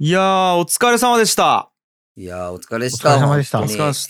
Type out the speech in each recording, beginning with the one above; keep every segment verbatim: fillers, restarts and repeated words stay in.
いやー、お疲れ様でした。 いやー、お疲れした。 お疲れ様でした。 お疲れ様でした。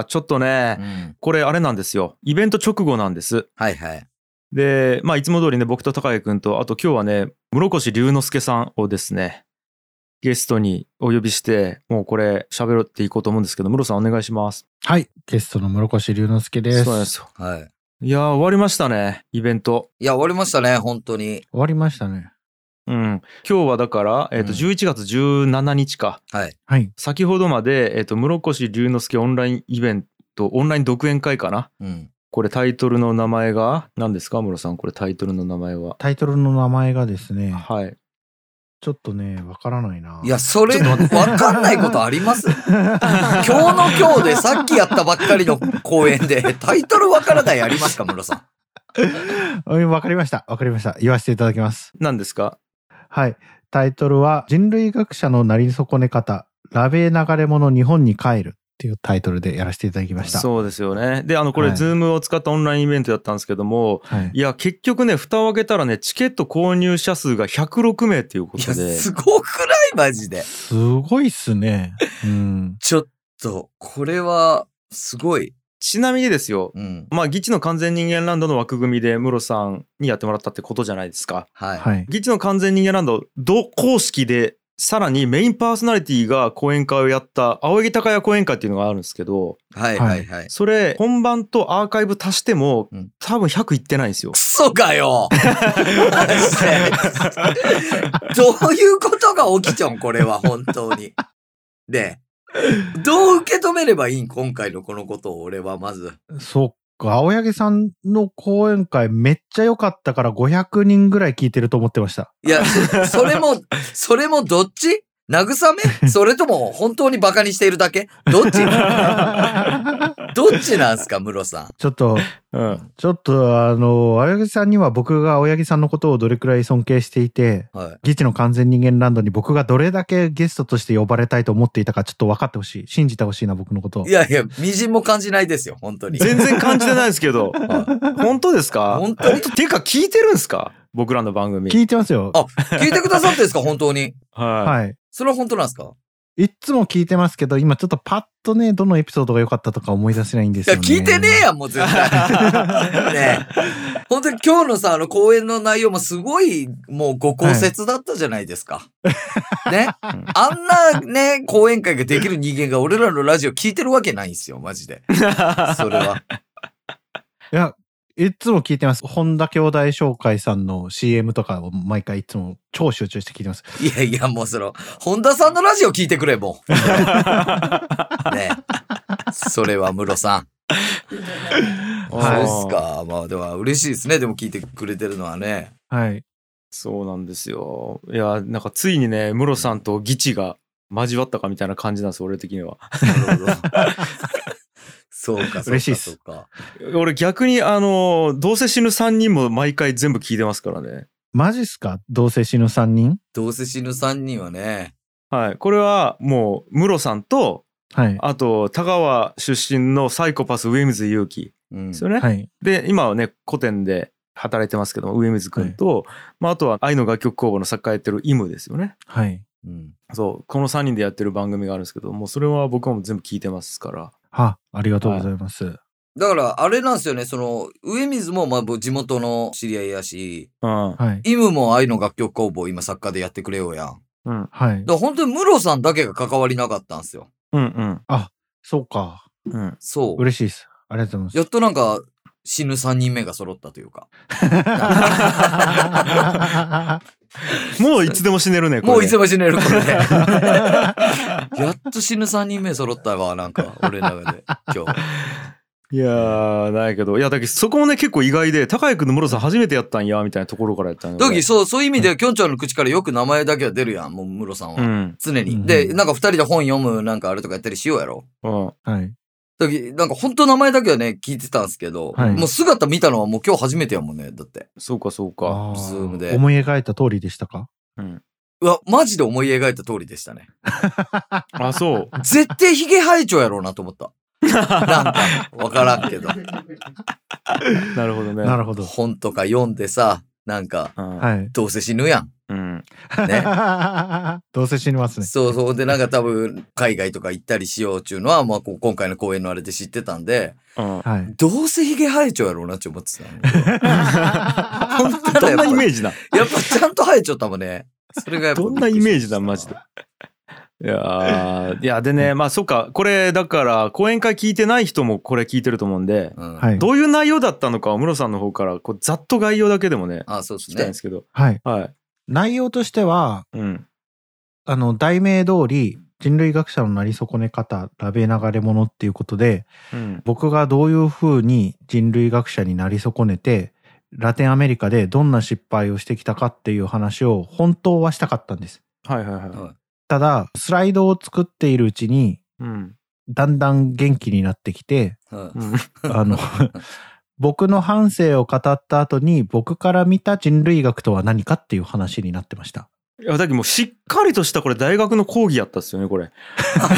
ちょっとね、うん、これあれなんですよ。イベント直後なんです。 はいはい。 で、まあいつも通りね、僕と高井くんと、あと今日はね、室越龍之介さんをですね、ゲストにお呼びして、もうこれ喋っていこうと思うんですけど、室さんお願いします。 はい、ゲストの室越龍之介です。 そうですよ。 はい。 いやー、終わりましたね、イベント。 いや、終わりましたね、本当に。 終わりましたね。 うん、今日はだから、えー、とじゅういちがつじゅうしちにちか、 はい、 はい、 先ほどまで、えー、と室越龍之介オンラインイベントオンライン独演会かな、うん、これタイトルの名前が何ですか室さん。これタイトルの名前は。 タイトルの名前がですね、 はい、 ちょっとねわからないな。 いや、それわかんないことあります今日の今日でさっきやったばっかりの公演でタイトルわからないありますか、室さん。わかりましたわかりました。言わせていただきます。 何ですか。 はい、タイトルは人類学者のなり損ね方、ラベ流れ物日本に帰るっていうタイトルでやらせていただきました。 そうですよね。で、あのこれ、はい、ズームを使ったオンラインイベントだったんですけども、はい、いや結局ね、蓋を開けたらね、チケット購入者数がひゃくろくめいっていうことで。 いや、すごくないマジで。 すごいっすね。うん。 ちょっとこれはすごい。 ちなみにですよ、 うん、 まあギチの完全人間ランドの枠組みでムロさんにやってもらったってことじゃないですか。 はい。 ギチの完全人間ランド同公式でさらにメインパーソナリティが講演会をやった青柳高也講演会っていうのがあるんですけど、 はいはいはい。 それ本番とアーカイブ足しても、うん、多分ひゃくいってないんですよ。 クソかよどういうことが起きちゃうんこれは本当に。で、どう受け止めればいいん今回のこのことを俺はまず。 そっか、青柳さんの講演会めっちゃ良かったからごひゃくにんぐらい聞いてると思ってました。 いや、それも、それもどっち？慰め？それとも本当にバカにしているだけ？どっち？どっちなんすか、室さん。 ちょっと、うん、ちょっとあの、青柳さんには僕が青柳さんのことをどれくらい尊敬していて、はい、ギチの完全人間ランドに僕がどれだけゲストとして呼ばれたいと思っていたかちょっと分かってほしい。信じてほしいな、僕のことを。 いやいや、みじんも感じないですよ、本当に。 全然感じてないですけど。本当ですか？ 本当に？ っていうか聞いてるんですか？僕らの番組。 聞いてますよ。 あ、聞いてくださってんですか本当に。 はい。 はい。 それは本当なんですか？ いっつも聞いてますけど、今ちょっとパッとね、どのエピソードが良かったとか思い出せないんですよね。 いや、聞いてねえやん、もう絶対。ねえ。本当に今日のさ、あの、講演の内容もすごい、もうご公説だったじゃないですか。はい、ね。あんなね、講演会ができる人間が俺らのラジオ聞いてるわけないんですよ、マジで。それは。 いや、いつも聞いてます。本田兄弟紹介さんの シーエム とかを毎回いつも超集中して聞いてます。 いやいや、もうその、本田さんのラジオ聞いてくれ、もう。ねえ。それは室さん。そうですか。まあでも嬉しいですね。でも聞いてくれてるのはね。 はい。 そうなんですよ。いや、なんかついにね、室さんとギチが交わったかみたいな感じなんですよ、俺的には。 なるほど。そうか、そうか、 嬉しいっす。 そうか。 俺逆にあの、どうせ死ぬさんにんも毎回全部聞いてますからね。 マジっすか？どうせ死ぬさんにん？ どうせ死ぬさんにんはね。 はい。これはもう、室さんと、 はい、 あと、田川出身のサイコパス上水祐樹ですよね。 うん、はい、 で、今はね、古典で働いてますけども、上水くんと、はい、まあ、あとは愛の楽曲工房の作家やってるイムですよね。 はい。 うん、そう、このさんにんでやってる番組があるんですけど、もうそれは僕はもう全部聞いてますから。 は、ありがとうございます。はい、 だから、あれなんですよね、その、上水もまあ地元の知り合いやし、 うん、 はい、 イムも愛の楽曲工房今作家でやってくれようやん。 うん、 はい。 だから本当に室さんだけが関わりなかったんですよ。 うんうん。 あ、そうか。 うん。 そう。 嬉しいです。ありがとうございます。 やっとなんか、死ぬさんにんめが揃ったというか。 もういつでも死ねるね、これ。 もういつでも死ねる、これね。やっと死ぬさんにんめ揃ったわ、なんか、俺の中で、今日。 いやー、ないけど。いや、だけどそこもね、結構意外で、高井くんの室さん初めてやったんや、みたいなところからやったんや。 だけど、そう、そういう意味で、きょんちゃんの口からよく名前だけは出るやん、もう室さんは。うん、常に。うん、で、なんか二人で本読む、なんかあれとかやったりしようやろ。 うん。 はい。 だけど、なんか本当名前だけはね、聞いてたんですけど、はい、もう姿見たのはもう今日初めてやもんね、だって。 そうか、そうか。 ズームで。 思い描いた通りでしたか？ うん。 うわ、マジで思い描いた通りでしたね。 あ、そう。 絶対ヒゲ生えちゃうやろうなと思った。なんか、わからんけど。 なるほどね。 なるほど。 本とか読んでさ、なんか、 はい、 どうせ死ぬやん。 うん。 ね。 どうせ死にますね。 そうそう。で、なんか多分、海外とか行ったりしようっていうのは、まあ、こう今回の公演のあれで知ってたんで、 うん、 はい。 どうせヒゲ生えちゃうやろうなって思ってた。本当どんなイメージだやっぱちゃんと生えちゃったもんね。それがやっぱ。 どんなイメージだ、マジで。いやいやでね、まあそっか、これだから講演会聞いてない人もこれ聞いてると思うんで、うん、どういう内容だったのかはムロさんの方からこうざっと概要だけでもね、 あ、そうですね、 聞きたいんですけど、 はい、はい、内容としては、うん、あの題名通り人類学者のなり損ね方ラベ流れ者っていうことで、うん、僕がどういうふうに人類学者になり損ねてラテンアメリカでどんな失敗をしてきたかっていう話を本当はしたかったんです。 はいはいはい、はい、 ただスライドを作っているうちに、うん、だんだん元気になってきて、うん、あの僕の半生を語った後に僕から見た人類学とは何かっていう話になってました。 いやだけどもうしっかりとしたこれ大学の講義やったっすよねこれ。 確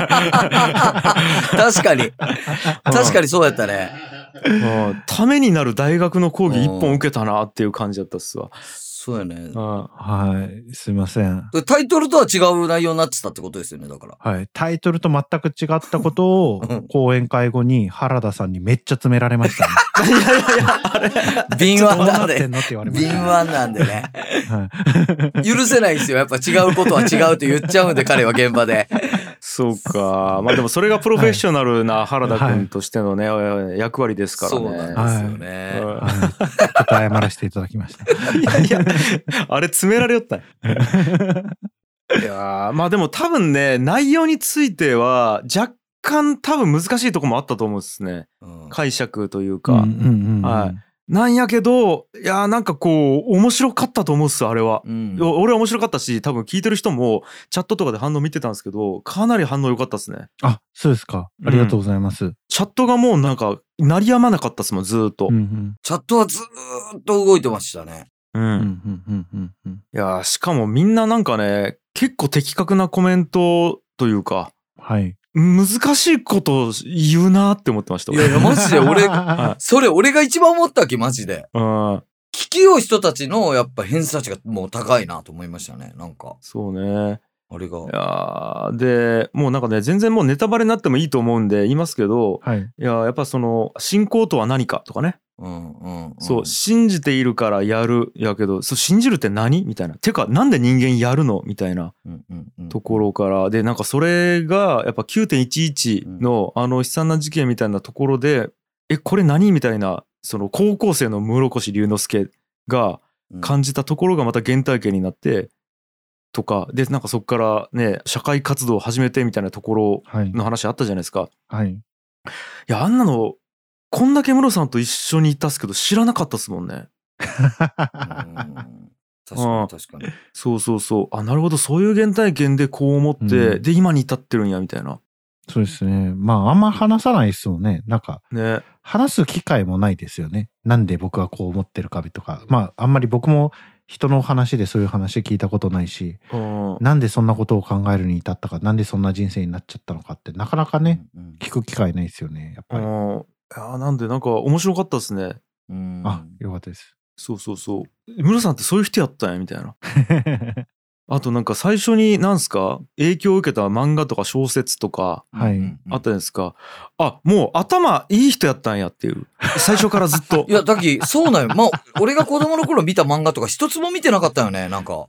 かに確かにそうやったね。 ためになる大学の講義一本受けたなっていう感じだったっすわ。 そうやね。 はい。すいません。 タイトルとは違う内容になってたってことですよね、だから。 はい。タイトルと全く違ったことを、講演会後に原田さんにめっちゃ詰められましたね。いやいやいや、あれ。 敏腕なんで。敏腕なんでね。はい、許せないんですよ。やっぱ違うことは違うと言っちゃうんで、彼は現場で。 そうか。まあでもそれがプロフェッショナルな原田君としてのね、はい、役割ですからね。 そうなんですよね。 はいはい、ちょっと謝らせていただきました。 いやいや、あれ詰められよったんいやまあでも多分ね内容については若干多分難しいとこもあったと思うんですね、うん、解釈というか、うんうんうんうん、はい、なんやけどいやなんかこう面白かったと思うっすあれは、うん、俺は面白かったし多分聞いてる人もチャットとかで反応見てたんですけどかなり反応良かったっすね。 あ、そうですか、ありがとうございます、うん、 チャットがもうなんか鳴りやまなかったっすもんずーっと、うんうん、 チャットはずーっと動いてましたね。 うんうんうんうんうん、いやしかもみんななんかね結構的確なコメントというか、 はい、 難しいこと言うなって思ってました。 いやいやマジで俺、はい、それ俺が一番思ったわけマジで。うん、聞きよう人たちのやっぱ偏差値がもう高いなと思いましたね。なんかそうね。 あれが。 いやでもうなんかね全然もうネタバレになってもいいと思うんで言いますけど、はい、いややっぱその信仰とは何かとかね。うんうんうん、そう信じているからやるやけどそう信じるって何みたいなてかなんで人間やるのみたいなところから、うんうんうん、でなんかそれがやっぱ きゅうてんいちいち のあの悲惨な事件みたいなところで、うん、えこれ何みたいなその高校生の室越龍之介が感じたところがまた原体験になってとかでなんかそこからね社会活動を始めてみたいなところの話あったじゃないですか。 はい、いやあんなのこんだけムロさんと一緒にいたっすけど知らなかったっすもんね。うん確かに確かに。 そうそうそうあなるほどそういう原体験でこう思って、うん、で今に至ってるんやみたいな。 そうですね。まああんま話さないですよね。なんか、ね、話す機会もないですよね。なんで僕はこう思ってるかとかまああんまり僕も人の話でそういう話聞いたことないし、うん、なんでそんなことを考えるに至ったかなんでそんな人生になっちゃったのかってなかなかね、うんうん、聞く機会ないですよねやっぱり。うんいやなんでなんか面白かったですね。 うんあよかったです。 そうそうそうムロさんってそういう人やったんやみたいな。あとなんか最初になんすか影響を受けた漫画とか小説とかあったんですか、はい、あもう頭いい人やったんやっていう最初からずっと。 いやだきそうなんよ。まあ俺が子供の頃見た漫画とか一つも見てなかったよねなんか。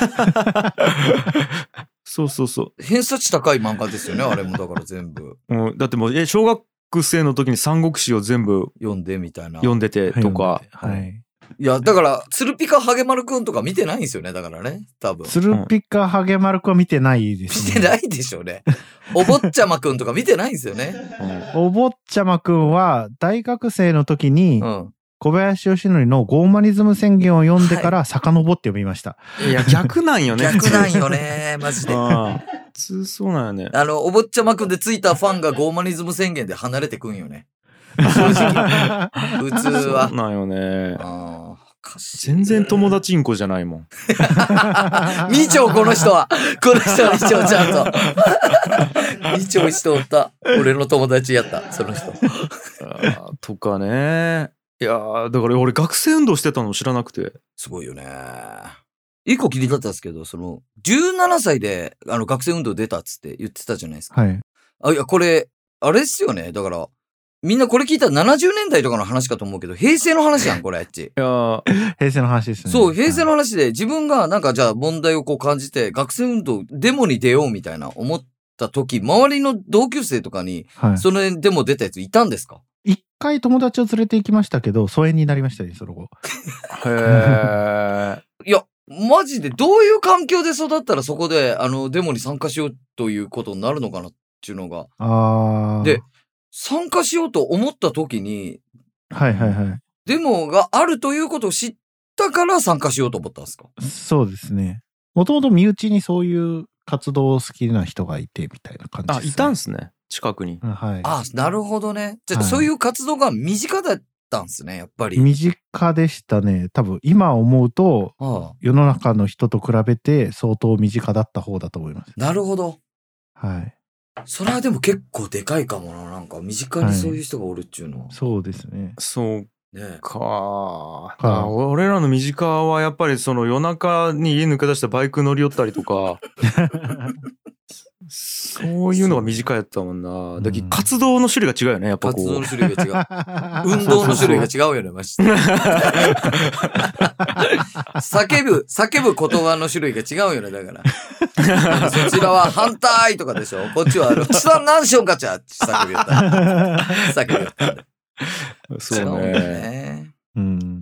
そうそうそう偏差値高い漫画ですよねあれもだから全部、 うん、だってもうえ小学生の時に三国志を全部読んでみたいな読んでてとか、 はい、 いやだからツルピカハゲマルくんとか見てないんですよねだからね多分。 ツルピカハゲマルくんは見てないですね。見てないでしょうね。お坊ちゃまくんとか見てないんですよね。 うん、お坊ちゃまくんは大学生の時に、うん小林義則のゴーマニズム宣言を読んでから遡って読みました。 はい、いや逆なんよね。 逆なんよねマジで。 普通そうなんよね。 あのお坊ちゃまくんでついたファンがゴーマニズム宣言で離れてくんよね。正直普通は。 そうなんよね。あ全然友達インコじゃないもん。 みちょこの人はこの人はみちょちゃんとみちょ人おった俺の友達やったその人。 あとかね。いやだから俺学生運動してたの知らなくて。 すごいよね。 一個気になったんですけど、その、じゅうななさいで、あの、学生運動出たっつって言ってたじゃないですか。 はい。 あ、いや、これ、あれっすよね。だから、みんなこれ聞いたらななじゅうねんだいとかの話かと思うけど、平成の話やん、これ、あっち。いや平成の話ですね。 そう、平成の話で、自分がなんかじゃあ問題をこう感じて、学生運動、デモに出ようみたいな思った時、周りの同級生とかに、そのデモ出たやついたんですか？ 一回友達を連れて行きましたけど、疎遠になりましたね、その後。 へー。いや、マジでどういう環境で育ったらそこで、あの、デモに参加しようということになるのかなっていうのが。 あー。 で、参加しようと思った時に、 はいはいはい。 デモがあるということを知ったから参加しようと思ったんですか？ そうですね。もともと身内にそういう活動好きな人がいてみたいな感じです、ね。 あ、いたんすね。近くに。 はい。 あ、なるほどね。じゃあ、はい、そういう活動が身近だったんですね、やっぱり。 身近でしたね。多分今思うと、ああ世の中の人と比べて相当身近だった方だと思います。 なるほど。 はい。 それはでも結構でかいかもな。なんか身近にそういう人がおるっていうのは。はい、 そうですね。 そうか、か俺らの身近はやっぱりその夜中に家抜け出してバイク乗り寄ったりとかそういうのが身近やったもんな。だけど活動の種類が違うよね、やっぱこう。 活動の種類が違う。運動の種類が違うよね、マジで。叫ぶ、叫ぶ言葉の種類が違うよね、だから。そちらは反対とかでしょ。こっちは、ロチさん何しようかちゃって叫びよった。叫びよった。 そうね。うん。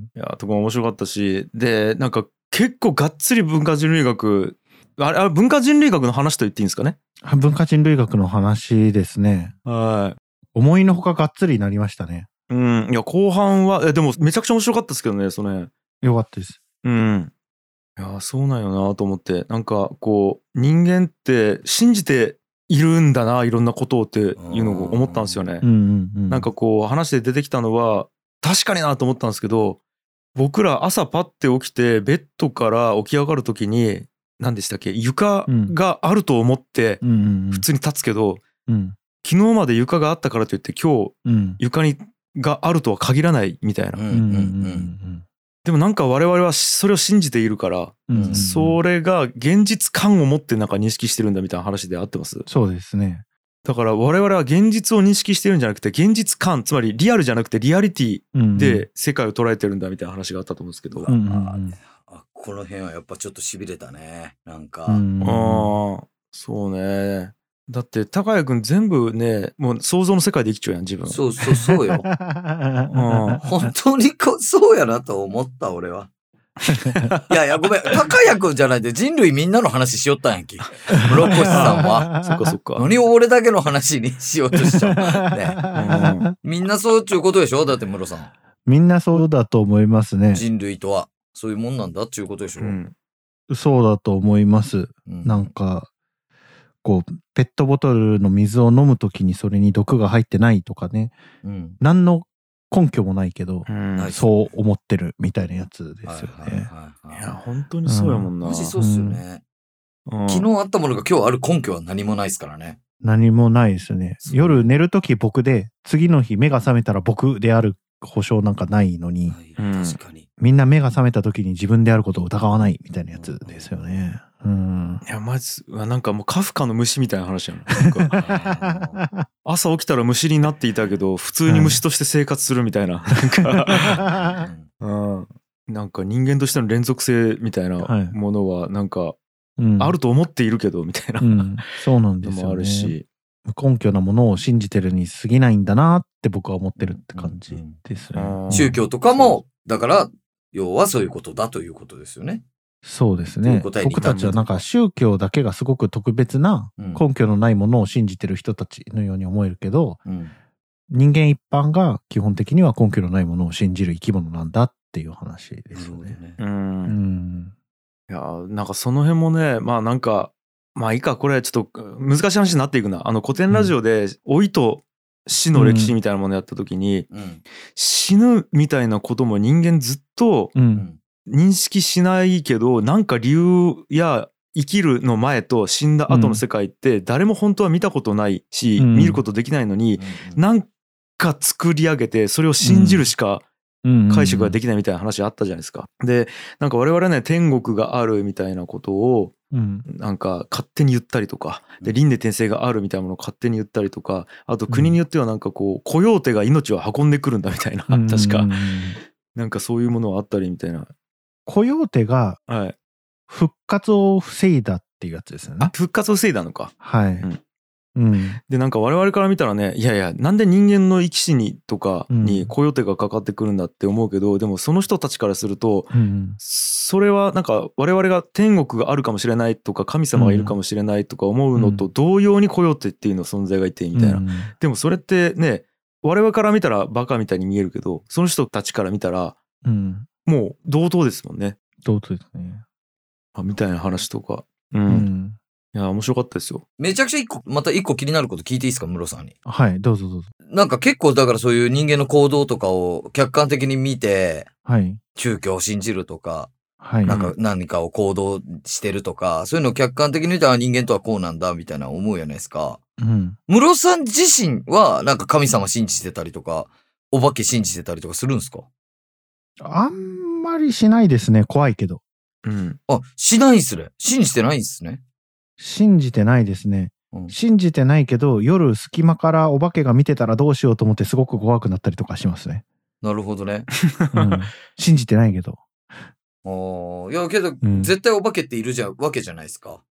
いや、とか面白かったし、で、なんか結構がっつり文化人類学、あれ、あれ文化人類学の話と言っていいんですかね？ 文化人類学の話ですね。 はい。 思いのほかがっつりになりましたね。 うん。いや、後半は、え、でもめちゃくちゃ面白かったですけどね、それ。 よかったです。 うん。いや、そうなんよなと思って、なんかこう、人間って信じているんだな、いろんなことをっていうのを思ったんですよね。 うんうんうん、 なんかこう、話で出てきたのは、確かになと思ったんですけど、僕ら朝パッて起きて、ベッドから起き上がるときに、何でしたっけ、床があると思って普通に立つけど、 うんうんうん、 昨日まで床があったからといって今日床にがあるとは限らないみたいな。でもなんか我々はそれを信じているから、うんうんうん、それが現実感を持ってなんか認識してるんだみたいな話で合ってます？ そうですね。 だから我々は現実を認識してるんじゃなくて、現実感、つまりリアルじゃなくてリアリティで世界を捉えてるんだみたいな話があったと思うんですけど、 うんうんうん、あ、この辺はやっぱちょっと痺れたね。なんか、 うん、ああ、そうね。だって高谷くん全部ね、もう想像の世界で生きちゃうやん、自分。 そうそうそうよ。うん、本当にこそうやなと思った俺は。いやいやごめん、高谷くんじゃないで人類みんなの話しよったんやんけ。室越さんは。 そっかそっか。 何を俺だけの話にしようとしちゃう。ね、うん、みんなそうっちゅうことでしょ？だって室さん。 みんなそうだと思いますね。 人類とはそういうもんなんだっちゅうことでしょ？うん、 そうだと思います。うん、なんかこうペットボトルの水を飲むときにそれに毒が入ってないとかね。うん、何の根拠もないけど、うん、そう思ってるみたいなやつですよね。 いや本当にそうやもんな。 マジそうっすよね、うん。昨日あったものが今日ある根拠は何もないですからね。 何もないですね。夜寝るとき僕で、次の日目が覚めたら僕である保証なんかないのに、 はい、確かに。 みんな目が覚めたときに自分であることを疑わないみたいなやつですよね。うん、 いやマジなんかもうカフカの虫みたいな話やん。なんか朝起きたら虫になっていたけど普通に虫として生活するみたいな、なんか、うん、なんか人間としての連続性みたいなものはなんかあると思っているけどみたいな、 うんうん、そうなんですよね。 のもあるし、 無根拠なものを信じてるに過ぎないんだなって僕は思ってるって感じですね。 うんうん、宗教とかもだから要はそういうことだということですよね。 そうですね。僕たちはなんか宗教だけがすごく特別な根拠のないものを信じてる人たちのように思えるけど、うん、人間一般が基本的には根拠のないものを信じる生き物なんだっていう話ですよね。 うん。うん、いやなんかその辺もね、まあなんかまあいいか、これちょっと難しい話になっていくな。あの古典ラジオで老いと死の歴史みたいなものやった時に、うん、死ぬみたいなことも人間ずっと、うん認識しないけど、なんか理由や生きるの前と死んだ後の世界って誰も本当は見たことないし、うん、見ることできないのに、うん、なんか作り上げてそれを信じるしか解釈ができないみたいな話あったじゃないですか。でなんか我々ね天国があるみたいなことをなんか勝手に言ったりとかで輪廻転生があるみたいなものを勝手に言ったりとか、あと国によってはなんかこうコヨーテが命を運んでくるんだみたいな、確かなんかそういうものはあったりみたいな。 コヨーテが復活を防いだっていうやつですよね。 あ、復活を防いだのか。 はい、うんうん、 でなんか我々から見たらね、いやいやなんで人間の生き死にとかにコヨーテがかかってくるんだって思うけど、でもその人たちからすると、うん、それはなんか我々が天国があるかもしれないとか神様がいるかもしれないとか思うのと同様にコヨーテっていうの存在がいてみたいな、うん、でもそれってね我々から見たらバカみたいに見えるけど、その人たちから見たら、うん、もう同等ですもんね。 同等ですね。 あみたいな話とか、うん、うんいや面白かったですよ。 めちゃくちゃ一個また一個気になること聞いていいですか、ムロさんに。 はいどうぞどうぞ。 なんか結構だからそういう人間の行動とかを客観的に見て、はい、宗教を信じるとか、はい、なんか何かを行動してるとか、そういうのを客観的に見たら人間とはこうなんだみたいな思うじゃないですか。うん。ムロさん自身はなんか神様信じてたりとか、お化け信じてたりとかするんですか？ あんまりしないですね。怖いけど。 うん。あ、しないっすね。信じてないんですね。 信じてないですね、うん、信じてないけど夜隙間からお化けが見てたらどうしようと思ってすごく怖くなったりとかしますね。 なるほどね、 うん、信じてないけど。 ああ、いやけど、うん、絶対お化けっているじゃわけじゃないですか。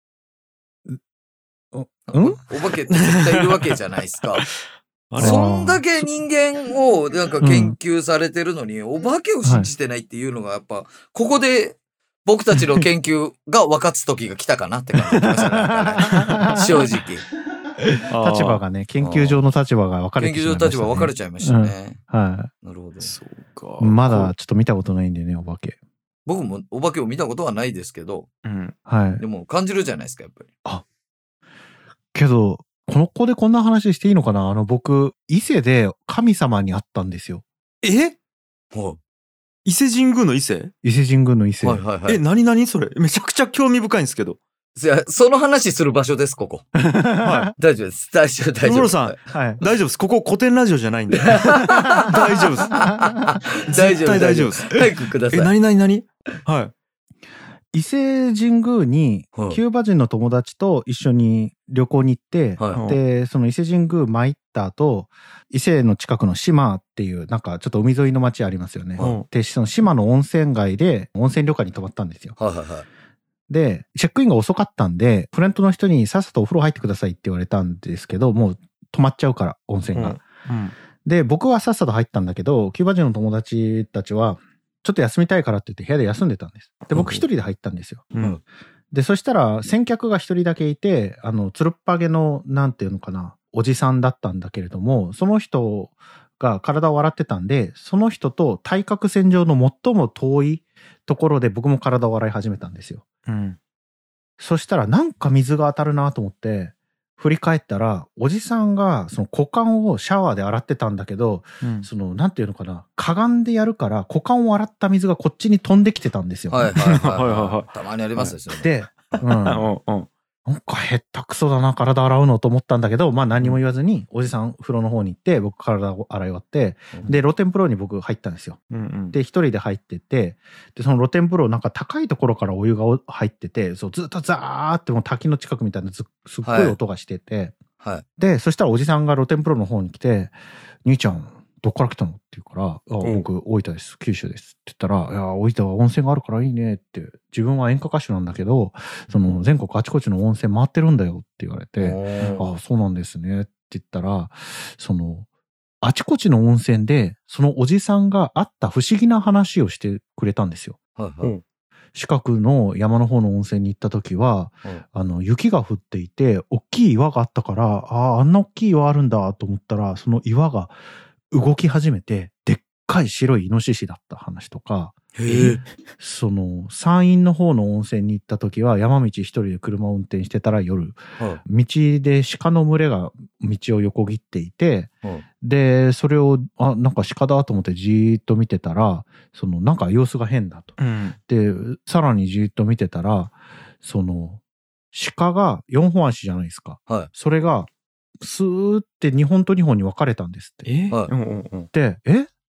うん？ お化けって絶対いるわけじゃないですか。そんだけ人間をなんか研究されてるのに、うん、お化けを信じてないっていうのがやっぱここで僕たちの研究が分かつ時が来たかなって感じがしましたね。正直。 立場がね、研究上の立場が分かれてしまいましたね。研究上の立場分かれちゃいましたね。 うん、はい。なるほど。 そうか。まだちょっと見たことないんでね、お化け。 僕もお化けを見たことはないですけど、 うん。はい。 でも感じるじゃないですか、やっぱり。 あ。けど、この子でこんな話していいのかな？あの、僕、伊勢で神様に会ったんですよ。 え？はい。伊勢神宮の伊勢？ 伊勢神宮の伊勢。 はいはいはい。 え、何何それ？めちゃくちゃ興味深いんですけど。 いや、その話する場所です、ここ。はい。大丈夫です。大丈夫、大丈夫。 ムロさん、はい、大丈夫です。ここ古典ラジオじゃないんで。大丈夫です。 大丈夫。 大丈夫です。 早くください。 え、何何何？はい。 伊勢神宮にキューバ人の友達と一緒に旅行に行って、はい、でその伊勢神宮参った後、伊勢の近くの島っていうなんかちょっと海沿いの町ありますよね、うん、でその島の温泉街で温泉旅館に泊まったんですよ、はいはいはい、でチェックインが遅かったんでフロントの人にさっさとお風呂入ってくださいって言われたんですけど、もう止まっちゃうから温泉が、うんうん、で僕はさっさと入ったんだけどキューバ人の友達たちはちょっと休みたいからって言って部屋で休んでたんです。で、僕一人で入ったんですよ。うん、で、そしたら先客が一人だけいて、あの、つるっぱげの、なんていうのかな、おじさんだったんだけれども、その人が体を洗ってたんで、その人と対角線上の最も遠いところで僕も体を洗い始めたんですよ。うん、そしたらなんか水が当たるなと思って、振り返ったら、おじさんがその股間をシャワーで洗ってたんだけど、うん、その、なんていうのかな、かがんでやるから、股間を洗った水がこっちに飛んできてたんですよ。 はいはいはい。たまにありますですよね。 で、うん。うんなんかへったくそだな、体洗うのと思ったんだけど、まあ何も言わずに、おじさん風呂の方に行って、僕体を洗い終わって、うん、で、露天風呂に僕入ったんですよ。うんうん、で、一人で入ってて、で、その露天風呂なんか高いところからお湯が入ってて、そうずっとザーってもう滝の近くみたいなすっごい音がしてて、はいはい、で、そしたらおじさんが露天風呂の方に来て、兄ちゃん、どっから来たのって言うから、あ、僕、大分です。九州です。って言ったら、いや、大分は温泉があるからいいねって、自分は演歌歌手なんだけど、その全国あちこちの温泉回ってるんだよって言われて、あ、そうなんですねって言ったら、その、あちこちの温泉で、そのおじさんがあった不思議な話をしてくれたんですよ。はいはい、近くの山の方の温泉に行った時は、はい、あの、雪が降っていて、大きい岩があったから、ああ、あんな大きい岩あるんだと思ったら、その岩が、動き始めて、でっかい白いイノシシだった話とか、へえ。その、山陰の方の温泉に行った時は、山道一人で車を運転してたら夜、はい、道で鹿の群れが道を横切っていて、はい、で、それを、あ、なんか鹿だと思ってじーっと見てたら、その、なんか様子が変だと。うん、で、さらにじーっと見てたら、その、鹿がよんほん足じゃないですか。はい、それが、スーってにほんとにほんに分かれたんですって。え、はい、で、え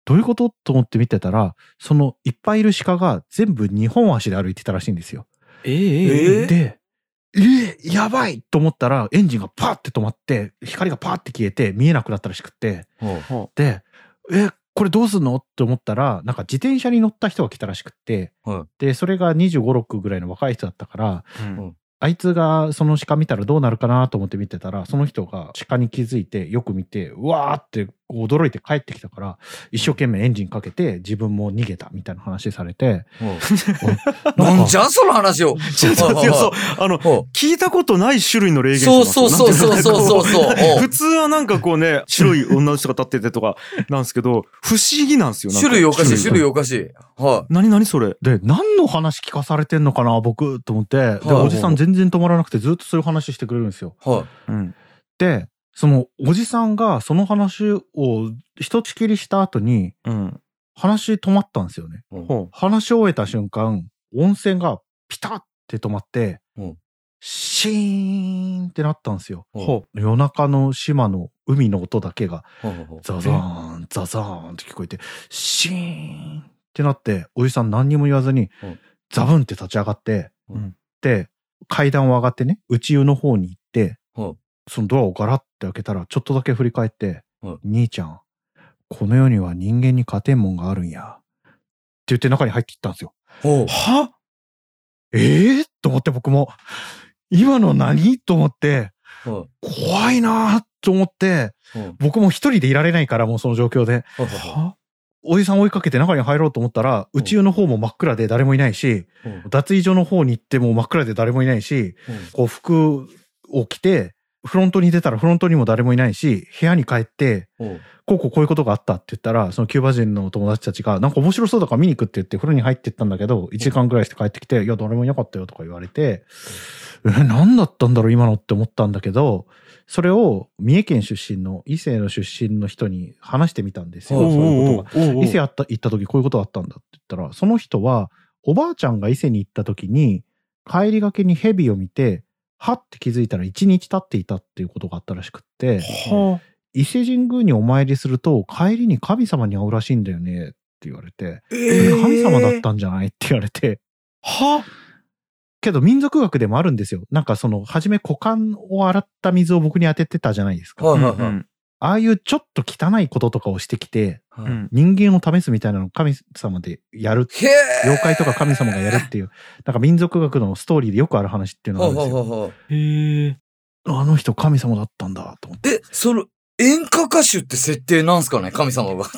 どういうことと思って見てたら、そのいっぱいいる鹿が全部にほん足で歩いてたらしいんですよ。 えー、 えー、で、えー、やばいと思ったらエンジンがパーって止まって光がパーって消えて見えなくなったらしくって、で、え、これどうすんのって思ったら、なんか自転車に乗った人が来たらしくって、で、それがにじゅうご、ろくぐらいの若い人だったから、うん、あいつがその鹿見たらどうなるかなと思って見てたら、その人が鹿に気づいてよく見て、うわーって驚いて帰ってきたから、一生懸命エンジンかけて自分も逃げたみたいな話されて。 なんじゃその話を。 そうそうそう。あの、聞いたことない種類の霊現象なんですよ。そうそうそうそうそう。 普通はなんかこうね、白い女の人が立っててとかなんですけど、不思議なんですよ。 種類おかしい、種類おかしい。はい。 何何それ。 で、何の話聞かされてんのかな、僕、と思って。で、おじさん全然止まらなくてずっとそういう話してくれるんですよ。 はい。 うん。で、そのおじさんがその話を一つきりした後に、うん、話止まったんですよね。うん、話し終えた瞬間、温泉がピタッて止まって、うん、シーンってなったんですよ。うん、夜中の島の海の音だけが、ザザーン、ザザーンって聞こえて、シーンってなって、おじさん何にも言わずに、うん、ザブンって立ち上がって、うん、で、階段を上がってね、内湯の方に行って、うんそのドアをガラッて開けたら、ちょっとだけ振り返って、うん、兄ちゃん、この世には人間に勝てんもんがあるんや。って言って中に入っていったんですよ。はえー、と思って僕も、今の何と思って、うん、怖いなーと思って、うん、僕も一人でいられないからもうその状況で、うん、はおじさん追いかけて中に入ろうと思ったら、うん、宇宙の方も真っ暗で誰もいないし、うん、脱衣所の方に行っても真っ暗で誰もいないし、うん、こう服を着て、フロントに出たらフロントにも誰もいないし、部屋に帰って、こうこうこういうことがあったって言ったら、そのキューバ人の友達たちが、なんか面白そうだから見に行くって言って風呂に入ってったんだけど、いちじかんぐらいして帰ってきて、いや、誰もいなかったよとか言われて、え、何だったんだろう今のって思ったんだけど、それを三重県出身の伊勢の出身の人に話してみたんですよ。そういうことが。伊勢行った時こういうことがあったんだって言ったら、その人は、おばあちゃんが伊勢に行った時に、帰りがけに蛇を見て、はって気づいたら一日経っていたっていうことがあったらしくって、はあ、伊勢神宮にお参りすると帰りに神様に会うらしいんだよねって言われて、えー、神様だったんじゃないって言われて、はけど民族学でもあるんですよ。なんかその、はじめ股間を洗った水を僕に当ててたじゃないですか。はいはいはい、ああいうちょっと汚いこととかをしてきて、うん、人間を試すみたいなのを神様でやる。妖怪とか神様がやるっていう、なんか民族学のストーリーでよくある話っていうのがあるんですよ。へえ。あの人神様だったんだと思って。 え、その演歌歌手って設定なんすかね神様が作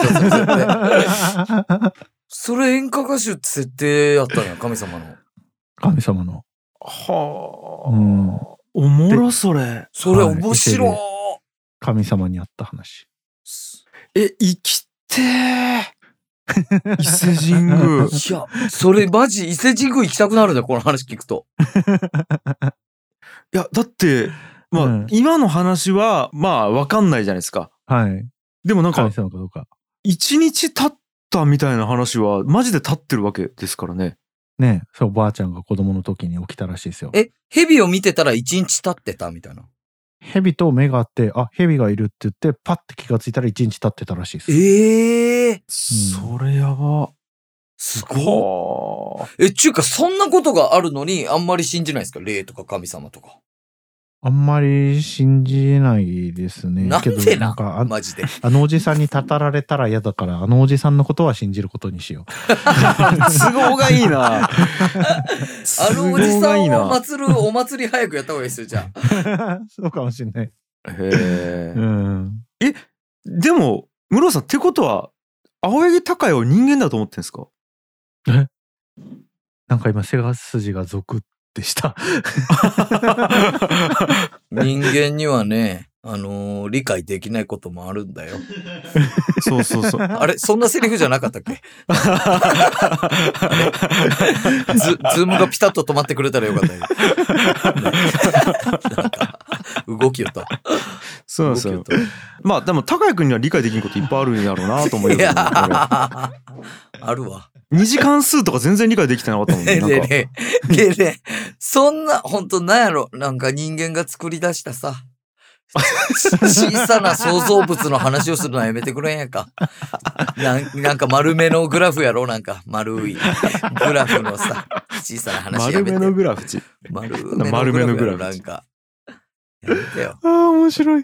ったそれ演歌歌手って設定やったんや、神様の。 神様の。 はあ。うん。おもろそれ。 それ面白い。 神様にあった話。 え、生きてー。伊勢神宮。 いや、それマジ伊勢神宮行きたくなるね、この話聞くと。 いや、だって、まあ、うん、今の話は、まあ、わかんないじゃないですか。 はい。 でもなんか、 神様かどうか。 一日経ったみたいな話は、マジで経ってるわけですからね。 ねえ、そう、おばあちゃんが子供の時に起きたらしいですよ。 え、蛇を見てたら一日経ってたみたいな。 蛇と目があって、あ、蛇がいるって言って、パッて気がついたら一日経ってたらしいです。 ええーうん、それやば。 すごい。え、ちゅうか、そんなことがあるのに、あんまり信じないですか？霊とか神様とか。 あんまり信じないですね。 なんでな、けどなんかあマジで。 あのおじさんにたたられたら嫌だから、あのおじさんのことは信じることにしよう。 都合がいいな。 あのおじさんを祭るお祭り早くやった方がいいですよ、じゃあ。そうかもしんない。へえ、うん。え、でも、室さんってことは、青柳高也を人間だと思ってんですか？ えなんか今背筋がゾクッでした人間にはね、あのー、理解できないこともあるんだよ。 そうそうそう。 あれそんなセリフじゃなかったっけズ, ズームがピタッと止まってくれたらよかったよ。なんか動きよと。 そうなんですよ。まあでも高谷君には理解できんこといっぱいあるんやろうなと思います、ね、 あるわ。 二次関数とか全然理解できてなかったもんね。 ねえねえねえねえ、そんな、ほんとなんやろ、なんか人間が作り出したさ、 小さな創造物の話をするのはやめてくれんやんか。な ん, なんか丸めのグラフやろ、なんか丸いグラフのさ、小さな話やめて。 丸めのグラフチ。 丸めのグラフやろ、なんか。やめてよ。 ああ、面白い。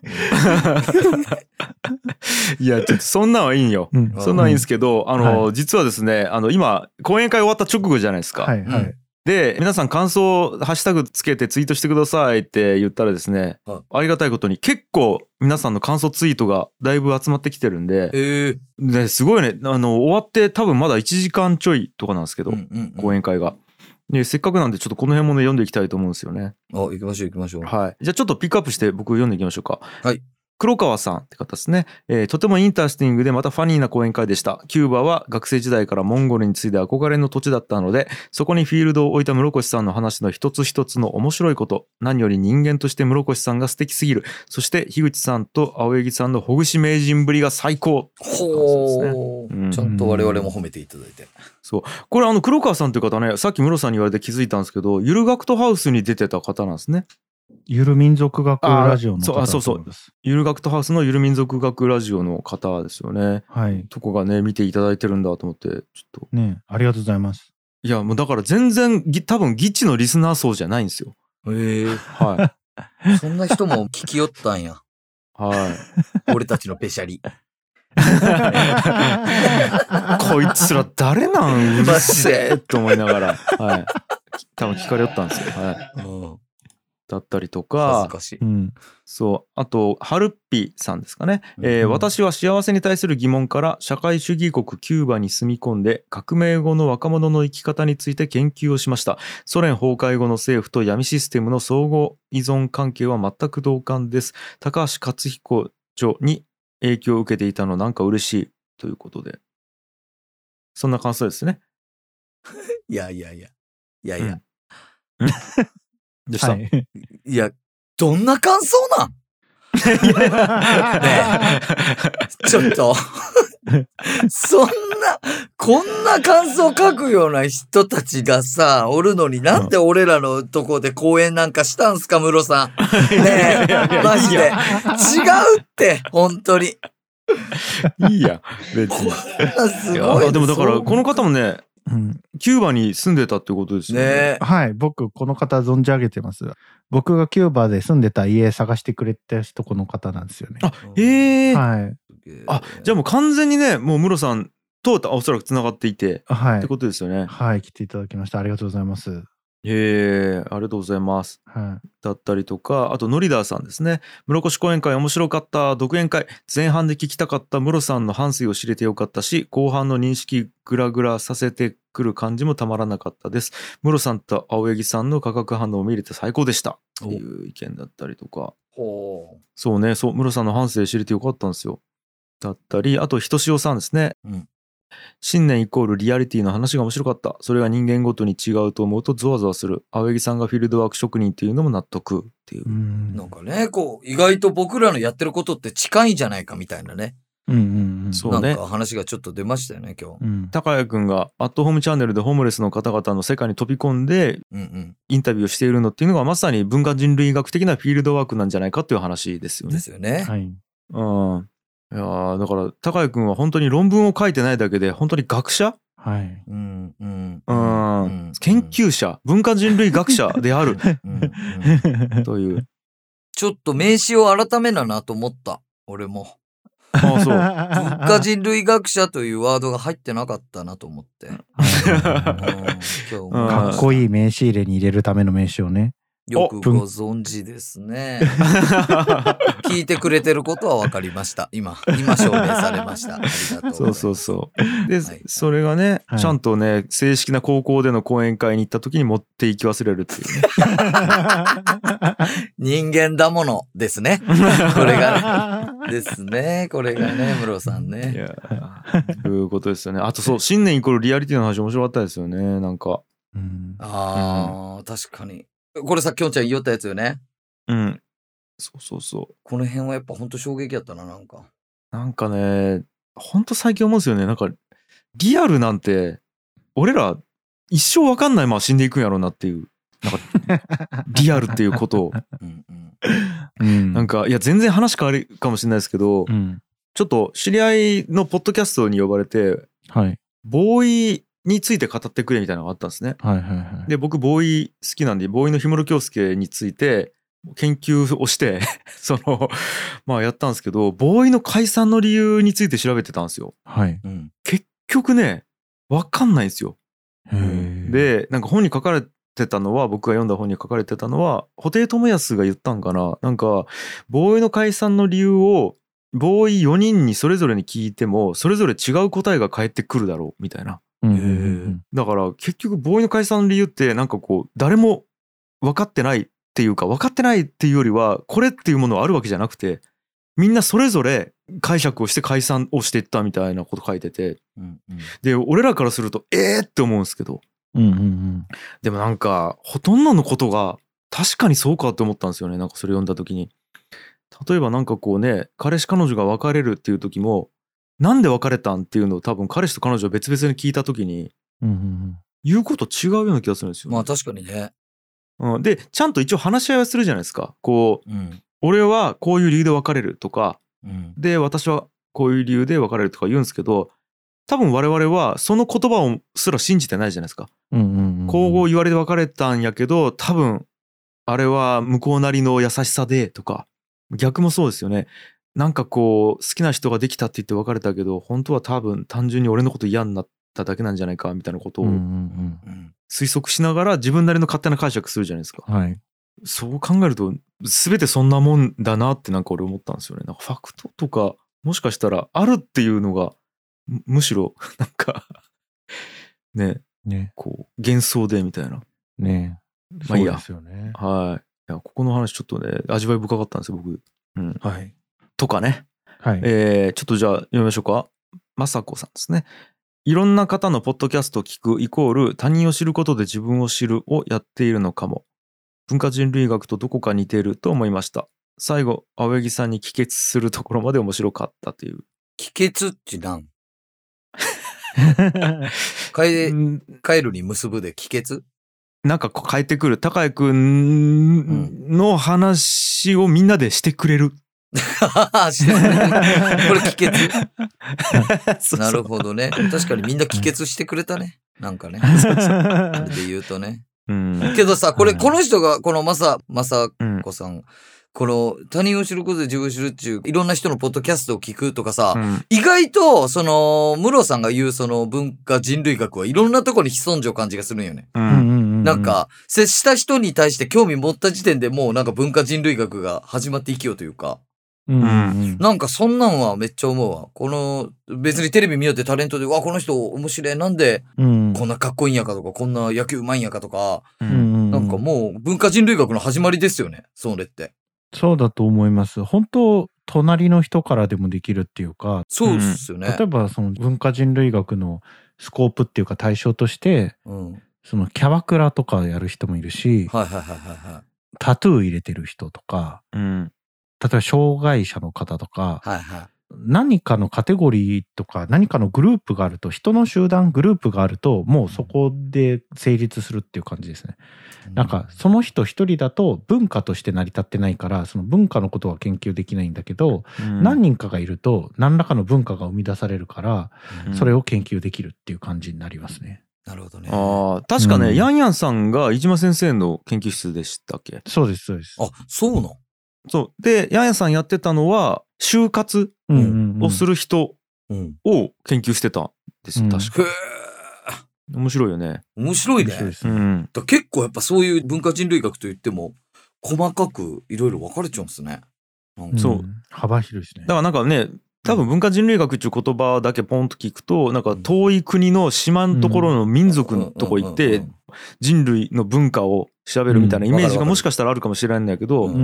いや、ちょっとそんなんはいいんよ。うん、そんなんはいいんですけど、あの、はい、実はですね、あの、今、講演会終わった直後じゃないですか。 はいはい。 で、皆さん感想、ハッシュタグつけてツイートしてくださいって言ったらですね、はい、ありがたいことに結構皆さんの感想ツイートがだいぶ集まってきてるんで、 えー、 ですごいね、あの、終わって多分まだいちじかんちょいとかなんですけど、うんうんうん、講演会が。で、せっかくなんでちょっとこの辺もね、読んでいきたいと思うんですよね。 あ、行きましょう行きましょう。 はい。じゃあちょっとピックアップして僕読んでいきましょうか。 はい。 黒川さんって方ですね、えー、とてもインタースティングでまたファニーな講演会でした。キューバは学生時代からモンゴルに次いで憧れの土地だったので、そこにフィールドを置いた室越さんの話の一つ一つの面白いこと、何より人間として室越さんが素敵すぎる、そして樋口さんと青柳さんのほぐし名人ぶりが最高。 ほー、うん、ちゃんと我々も褒めていただいて。 そう、これあの黒川さんという方ね、さっき室さんに言われて気づいたんですけど、ゆる学徒ハウスに出てた方なんですね。 ゆる民族学ラジオの方です。 そうそうそう。ゆる学徒ハウスのゆる民族学ラジオの方ですよね。 はい。 とこがね、見ていただいてるんだと思って、ちょっと。 ね、ありがとうございます。 いや、もうだから全然、多分ギチのリスナー層じゃないんですよ。 へえ。 はい。 そんな人も聞きよったんや。 はい。 俺たちのペシャリ。 こいつら誰なんうるせえと思いながら、はい。多分聞かれよったんですよ。はい。うんだったりとか、 恥ずかしい、 うん、そうあとハルッピさんですかね、うんえー、私は幸せに対する疑問から社会主義国キューバに住み込んで革命後の若者の生き方について研究をしました。ソ連崩壊後の政府と闇システムの相互依存関係は全く同感です。高橋克彦著に影響を受けていたのなんか嬉しいということで、そんな感想ですね。 いやいやいやいやいや、 うんどうした、はい、 いや、どんな感想なんねえちょっとそんなこんな感想書くような人たちがさおるのになんで俺らのとこで講演なんかしたんすかムロさんねえマジで違うって本当にいいや別にすごい。 いやでもだからこの方もねうん、キューバに住んでたってことですよね。ねはい、僕この方存じ上げてます。僕がキューバで住んでた家探してくれた人この方なんですよね。 あ、へえ。 はい。 あ、じゃあもう完全にね、もうムロさんとおそらくつながっていて、はい、ってことですよね。 はい、来ていただきました。ありがとうございます。 へえ、ありがとうございます。はい、だったりとか、あとノリダーさんですね。室越講演会面白かった。独演会前半で聞きたかったムロさんの反省を知れてよかったし、後半の認識グラグラさせてくる感じもたまらなかったです。ムロさんと青柳さんの化学反応を見れて最高でしたっていう意見だったりとか。 ほう。 そうね、そうムロさんの反省知れてよかったんですよ。だったり、あとひとしおさんですね。うん信念イコールリアリティの話が面白かった。それが人間ごとに違うと思うとゾワゾワする。青柳さんがフィールドワーク職人っていうのも納得っていう。 うんなんかね、こう意外と僕らのやってることって近いんじゃないかみたいなね。 うんうんうん、 そうね。 なんか話がちょっと出ましたよね今日。うん、 高谷くんがアットホームチャンネルでホームレスの方々の世界に飛び込んでインタビューをしているのっていうのがまさに文化人類学的なフィールドワークなんじゃないかっていう話ですよね。 ですよね。 はい。 うん。いやだから高谷くんは本当に論文を書いてないだけで本当に学者、 はいうんうんうん、研究者文化人類学者であるうんうんというちょっと名詞を改めななと思った俺も。 ああそう文化人類学者というワードが入ってなかったなと思って、うん、今日もかっこいい名詞入れに入れるための名詞をねよくご存知ですね。聞いてくれてることは分かりました。今、今証明されました。ありがとうございます。 そうそうそう。で、はい、それがね、はい、ちゃんとね、正式な高校での講演会に行った時に持っていき忘れるっていうね。 人間だものですね。これが、ね、ですね。これがね、ムロさんね。 いや、そういうことですよね。あとそう、信念イコールリアリティの話面白かったですよね。なんか。 うん、ああ、うん、確かに。これさ、きょんちゃん言いよったやつよね。 うん。そうそうそう。 この辺はやっぱほんと衝撃やったな、なんか。 なんかね、ほんと最近思うんですよね。なんか、リアルなんて、俺ら一生わかんないまま死んでいくんやろうなっていう。なんか、リアルっていうことを。うんうん、 うん、なんかいや全然話変わるかもしれないですけど、うん、ちょっと知り合いのポッドキャストに呼ばれて、はい、ボーイについて語ってくれみたいなのがあったんですね。はいはいはい、で僕ボーイ好きなんでボーイの氷室京介について研究をしてそのまあやったんですけど、ボーイの解散の理由について調べてたんですよ。はい、うん、結局ね分かんないんですよ。でなんか本に書かれてたのは、僕が読んだ本に書かれてたのは布袋寅泰が言ったんかな、なんかボーイの解散の理由をボーイよにんにそれぞれに聞いてもそれぞれ違う答えが返ってくるだろうみたいな。へだから結局ボーイの解散の理由ってなんかこう誰も分かってないっていうか、分かってないっていうよりはこれっていうものはあるわけじゃなくて、みんなそれぞれ解釈をして解散をしていったみたいなこと書いてて、うんうん、で俺らからするとえーって思うんですけど、うんうんうん、でもなんかほとんどのことが確かにそうかって思ったんですよね。なんかそれ読んだ時に、例えばなんかこうね、彼氏彼女が別れるっていう時もなんで別れたんっていうのを多分彼氏と彼女は別々に聞いた時に、うんうんうん、言うこと違うような気がするんですよ、ね。 まあ確かにね。 うん、でちゃんと一応話し合いはするじゃないですか。こう、うん、俺はこういう理由で別れるとか、うん、で私はこういう理由で別れるとか言うんですけど、多分我々はその言葉をすら信じてないじゃないですか。うんうんうん、こう言われて別れたんやけど多分あれは向こうなりの優しさでとか、逆もそうですよね。なんかこう好きな人ができたって言って別れたけど本当は多分単純に俺のこと嫌になっただけなんじゃないかみたいなことを推測しながら自分なりの勝手な解釈するじゃないですか。はい、そう考えると全てそんなもんだなってなんか俺思ったんですよね。なんかファクトとかもしかしたらあるっていうのがむしろなんかね、ね、こう幻想でみたいなね。まあいいや。そうですよね。はい。いやここの話ちょっとね味わい深かったんですよ僕。うん、はい。とかね。はい。えー、ちょっとじゃあ読みましょうか。まさこさんですね。いろんな方のポッドキャストを聞くイコール他人を知ることで自分を知るをやっているのかも。文化人類学とどこか似ていると思いました。最後青柳さんに帰結するところまで面白かったという。 帰結ってなん帰, 帰るに結ぶで帰結なんか帰ってくる高井くんの話をみんなでしてくれる。 してね、これ帰結そうそうなるほどね。確かにみんな帰結してくれたね。なんかね。そうそうあれで言うとね。うん、けどさ、これ、うん、この人が、このまさ、まさこさん、うん、この他人を知ることで自分を知るっていう、いろんな人のポッドキャストを聞くとかさ、うん、意外と、その、室さんが言うその文化人類学はいろんなところに潜んじゃう感じがするんよね。うん、なんか、接した人に対して興味持った時点でもうなんか文化人類学が始まっていきようというか、うん、なんかそんなんはめっちゃ思うわ。この別にテレビ見よってタレントでわこの人面白いなんでこんなかっこいいんやかとかこんな野球うまいんやかとか、うん、なんかもう文化人類学の始まりですよね。それってそうだと思います。本当隣の人からでもできるっていうか、 そうですよね。 例えばその文化人類学のスコープっていうか対象として、うん、そのキャバクラとかやる人もいるし、はいはいはいはい、タトゥー入れてる人とか。うん例えば障害者の方とか、はいはい、何かのカテゴリーとか何かのグループがあると、人の集団グループがあるともうそこで成立するっていう感じですね。うん、なんかその人一人だと文化として成り立ってないからその文化のことは研究できないんだけど、うん、何人かがいると何らかの文化が生み出されるから、うん、それを研究できるっていう感じになりますね。 なるほどね。 あ確かね、うん、ヤンヤンさんが飯島先生の研究室でしたっけ？ そうですそうです。 あそうなの？ そうでヤンヤンさんやってたのは就活をする人を研究してたんですよ、うん、確か。へー面白いよね。 面白いね。面白い、うん、だ結構やっぱそういう文化人類学といっても細かくいろいろ分かれちゃうんですね。 うん、そう幅広いですね。 だからなんかね多分文化人類学っていう言葉だけポンと聞くとなんか遠い国の島のところの民族のとこ行って人類の文化を調べるみたいなイメージがもしかしたらあるかもしれないんだけど、うんうん、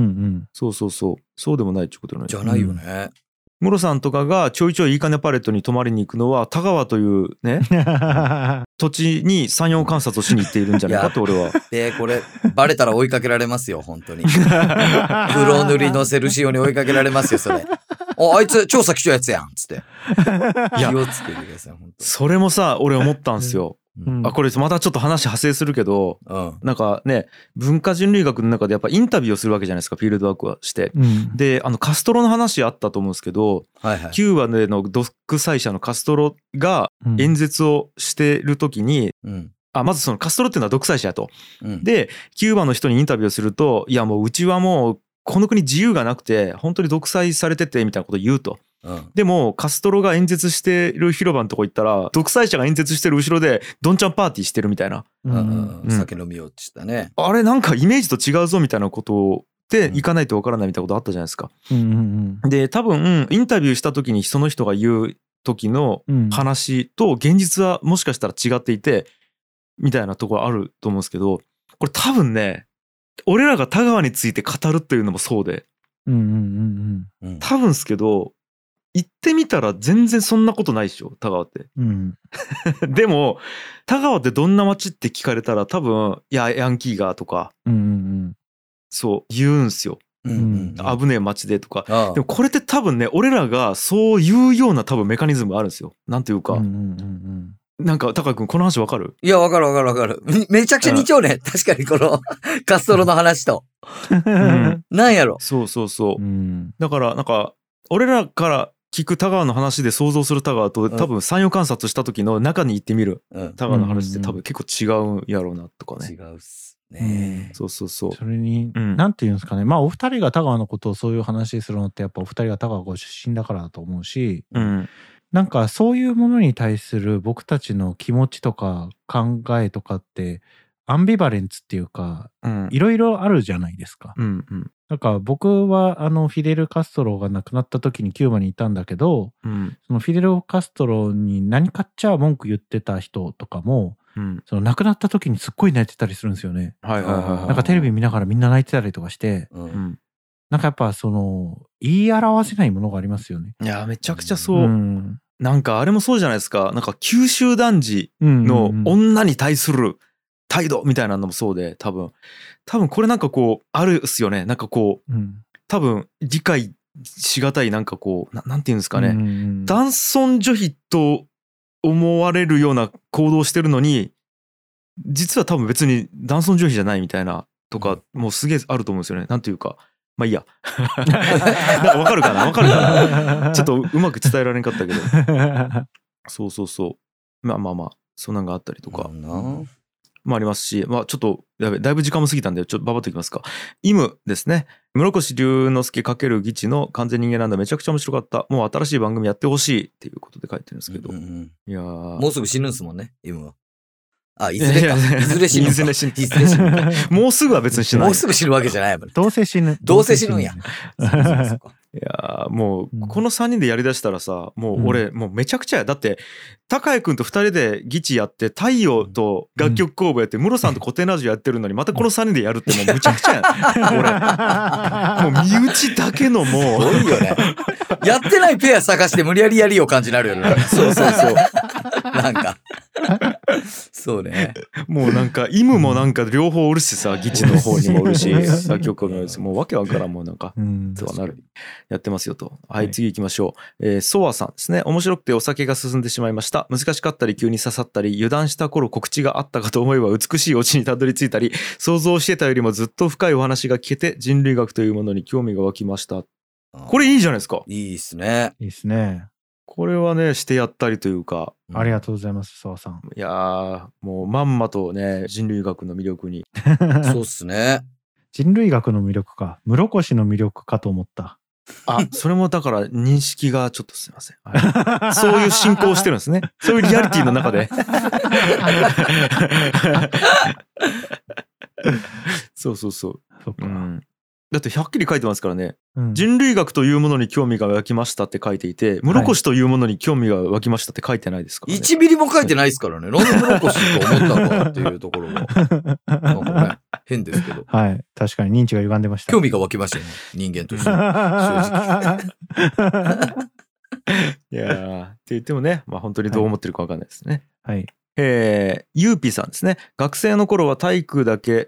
そうそうそうそうでもないっていうことじゃないよね。 ムロさんとかがちょいちょいいいかねパレットに泊まりに行くのは田川というね土地に山陽観察をしに行っているんじゃないかって俺は。 でこれバレたら追いかけられますよ本当に。黒塗りのセルシオに追いかけられますよそれ。おあいつ調査来ちゃうやつやんっつって。気をつけてください本当。 それもさ俺思ったんですよ。 うん、あこれまたちょっと話派生するけど、うん、なんかね文化人類学の中でやっぱインタビューをするわけじゃないですか、フィールドワークはして、うん、であのカストロの話あったと思うんですけど、はいはい、キューバでの独裁者のカストロが演説をしてる時に、うん、あまずそのカストロっていうのは独裁者やと、うん、でキューバの人にインタビューをすると、いやもううちはもうこの国自由がなくて本当に独裁されててみたいなことを言うと。うん、でもカストロが演説してる広場のとこ行ったら独裁者が演説してる後ろでどんちゃんパーティーしてるみたいな、 うんうんうん、酒飲みようってしたね、 あれなんかイメージと違うぞみたいなことで行かないとわからないみたいなことあったじゃないですか、うんうんうん、で多分インタビューした時にその人が言う時の話と現実はもしかしたら違っていてみたいなところあると思うんですけど、これ多分ね俺らが田川について語るっていうのもそうで、うんうんうんうん、多分ですけど行ってみたら全然そんなことないでしょ田川って、うん、でも田川ってどんな街って聞かれたら多分いやヤンキーがとか、うんうん、そう言うんすよ、うんうんうん、危ねえ街でとか。ああでもこれって多分ね俺らがそう言うような多分メカニズムがあるんですよ。なんていうか、うんうんうんうん、なんか高君この話わかる？ いやわかるわかるわかる。めちゃくちゃ似ちゃうね、うん、確かにこのカストロの話と、うん、なんやろ。 そうそうそう、うん、だからなんか俺らから聞く田川の話で想像する田川と多分山陽観察した時の中に行ってみる田川の話って多分結構違うんやろうなとかね。 違うっすね、 うん、そうそうそう。 それに、うん、なんていうんですかね、まあお二人が田川のことをそういう話するのってやっぱお二人が田川ご出身だからだと思うし、うん、なんかそういうものに対する僕たちの気持ちとか考えとかってアンビバレンツっていうか、いろいろあるじゃないですか。うんうん、なんか僕はあのフィデル・カストロが亡くなった時にキューバにいたんだけど、うん、そのフィデル・カストロに何かっちゃ文句言ってた人とかも、うん、その亡くなった時にすっごい泣いてたりするんですよね。はいはいはいはい、なんかテレビ見ながらみんな泣いてたりとかして、うん、なんかやっぱその言い表せないものがありますよね。 いやめちゃくちゃそう、うん、なんかあれもそうじゃないですか。なんか九州男児の女に対する態度みたいなのもそうで、多分多分これなんかこうあるっすよね。なんかこう、うん、多分理解しがたいなんかこう な, なんていうんですかね、うんうん、男尊女卑と思われるような行動してるのに実は多分別に男尊女卑じゃないみたいなとかもうすげえあると思うんですよね。なんていうかまあいいやなんかわかるかなわかるかなちょっとうまく伝えられんかったけどそうそうそうまあまあまあそんなんがあったりとか、うんもありますし、まあちょっとやべだいぶ時間も過ぎたんでちょっとババッといきますか。イムですね。室越龍之介×義地の完全人間なんだめちゃくちゃ面白かった。もう新しい番組やってほしいっていうことで書いてるんですけど、うんうん、いやもうすぐ死ぬんすもんねイムは。あいずれかいずれ死ぬいずれ死ぬいずれ死ぬもうすぐは別に死ぬもうすぐ死ぬわけじゃない。 どうせ死ぬどうせ死ぬんや。 いやもうこのさんにんでやりだしたらさもう俺もうめちゃくちゃや。だって高谷くんとふたりでギチやって太陽と楽曲工房やってムロさんとコテナジュやってるのにまたこのさんにんでやるってもうむちゃくちゃや俺もう身内だけのもうすごいよね。やってないペア探して無理やりやりよ感じになるよね。 そうそうそうなんかそうね。 もうなんかイムもなんか両方おるしさギチの方にもおるし楽曲工房ももうわけわからんもうなんかそうなるやってますよと。はい、はい、次行きましょう。えー、ソワさんですね。面白くてお酒が進んでしまいました。難しかったり急に刺さったり油断した頃告知があったかと思えば美しいオチにたどり着いたり想像してたよりもずっと深いお話が聞けて人類学というものに興味が湧きました。これいいじゃないですか。 いいっすね。 いいっすね。 これはねしてやったりというか、 うん、ありがとうございますソワさん。 いやーもうまんまとね人類学の魅力にそうっすね。 人類学の魅力か室越の魅力かと思った。 あ、それもだから認識がちょっとすいません、はい、そういう進行をしてるんですね。そういうリアリティの中でそうそうそう、そっか、うん、だってはっきり書いてますからね、うん、人類学というものに興味が湧きましたって書いていて室越というものに興味が湧きましたって書いてないですからね。 いちミリも書いてないですからね。なんで室越と思ったのかっていうところがなんかね変ですけど。 はい、確かに認知が歪んでました。 興味が湧きましたよね人間として正直いやーって言ってもね、まあ本当にどう思ってるか分かんないですね。 はい、 えー、ゆうぴーさんですね。学生の頃は体育だけ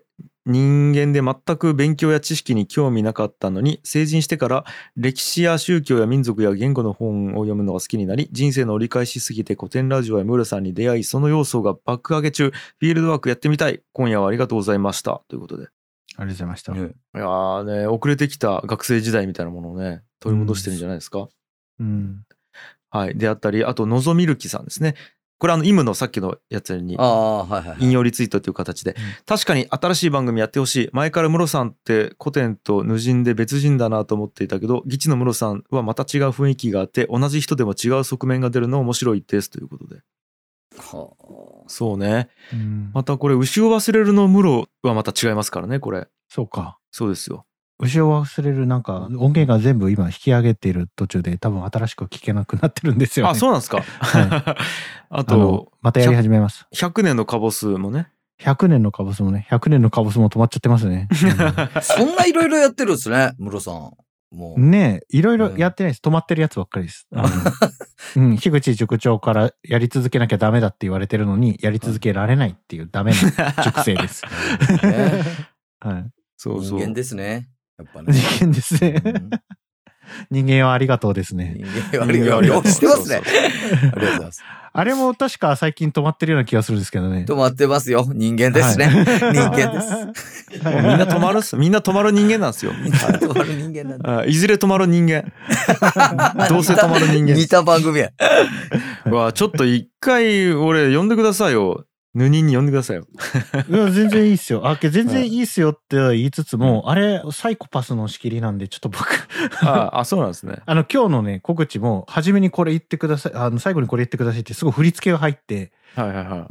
人間で全く勉強や知識に興味なかったのに、成人してから歴史や宗教や民族や言語の本を読むのが好きになり、人生の折り返しすぎて古典ラジオやムロさんに出会い、その要素が爆上げ中。フィールドワークやってみたい。今夜はありがとうございました。ということで。 ありがとうございました。 いやーね、遅れてきた学生時代みたいなものをね、取り戻してるんじゃないですか。 うん。 はい。であったり、あと、のぞみるきさんですね。これあの、イムのさっきのやつに、引用リツイートという形で、確かに新しい番組やってほしい。前からムロさんって古典と無人で別人だなと思っていたけど、ギチのムロさんはまた違う雰囲気があって、同じ人でも違う側面が出るの面白いですということで。はあ、そうね。うん、またこれ、牛を忘れるのムロはまた違いますからね、これ。 そうか。 そうですよ。 牛を忘れるなんか音源が全部今引き上げてる途中で多分新しく聞けなくなってるんですよね。 あ、そうなんですか。はい、あとまたやり始めます。 ひゃくねんのカボスもね。 ひゃくねんのカボスもね。ひゃくねんのカボスも止まっちゃってますね。 そんないろいろやってるんですね、ムロさん。もうねえ、いろいろやってないです。止まってるやつばっかりです。うん、樋口塾長からやり続けなきゃダメだって言われてるのに、やり続けられないっていうダメな塾生です。 はい。そうそう。人間ですね。やっぱね。 人間ですね。うん、人間はありがとうですね。 人間はありがとう。してますね。ありがとうございます。 あれも確か最近止まってるような気がするんですけどね。 止まってますよ。人間ですね。はい、人間です。 みんな止まるっす。みんな止まる人間なんですよ。 みんな止まる人間なんだ。 いずれ止まる人間。どうせ止まる人間。 似た番組や。 うわ、ちょっと一回俺呼んでくださいよ。ヌニンに呼んでくださいよ。 いや、全然いいっすよ。あ、全然いいっすよって言いつつも、うん、あれ、サイコパスの仕切りなんで、ちょっと僕ああ、そうなんですね。 あの、今日のね、告知も、初めにこれ言ってください、あの、最後にこれ言ってくださいって、すごい振り付けが入って、 はいはいはい。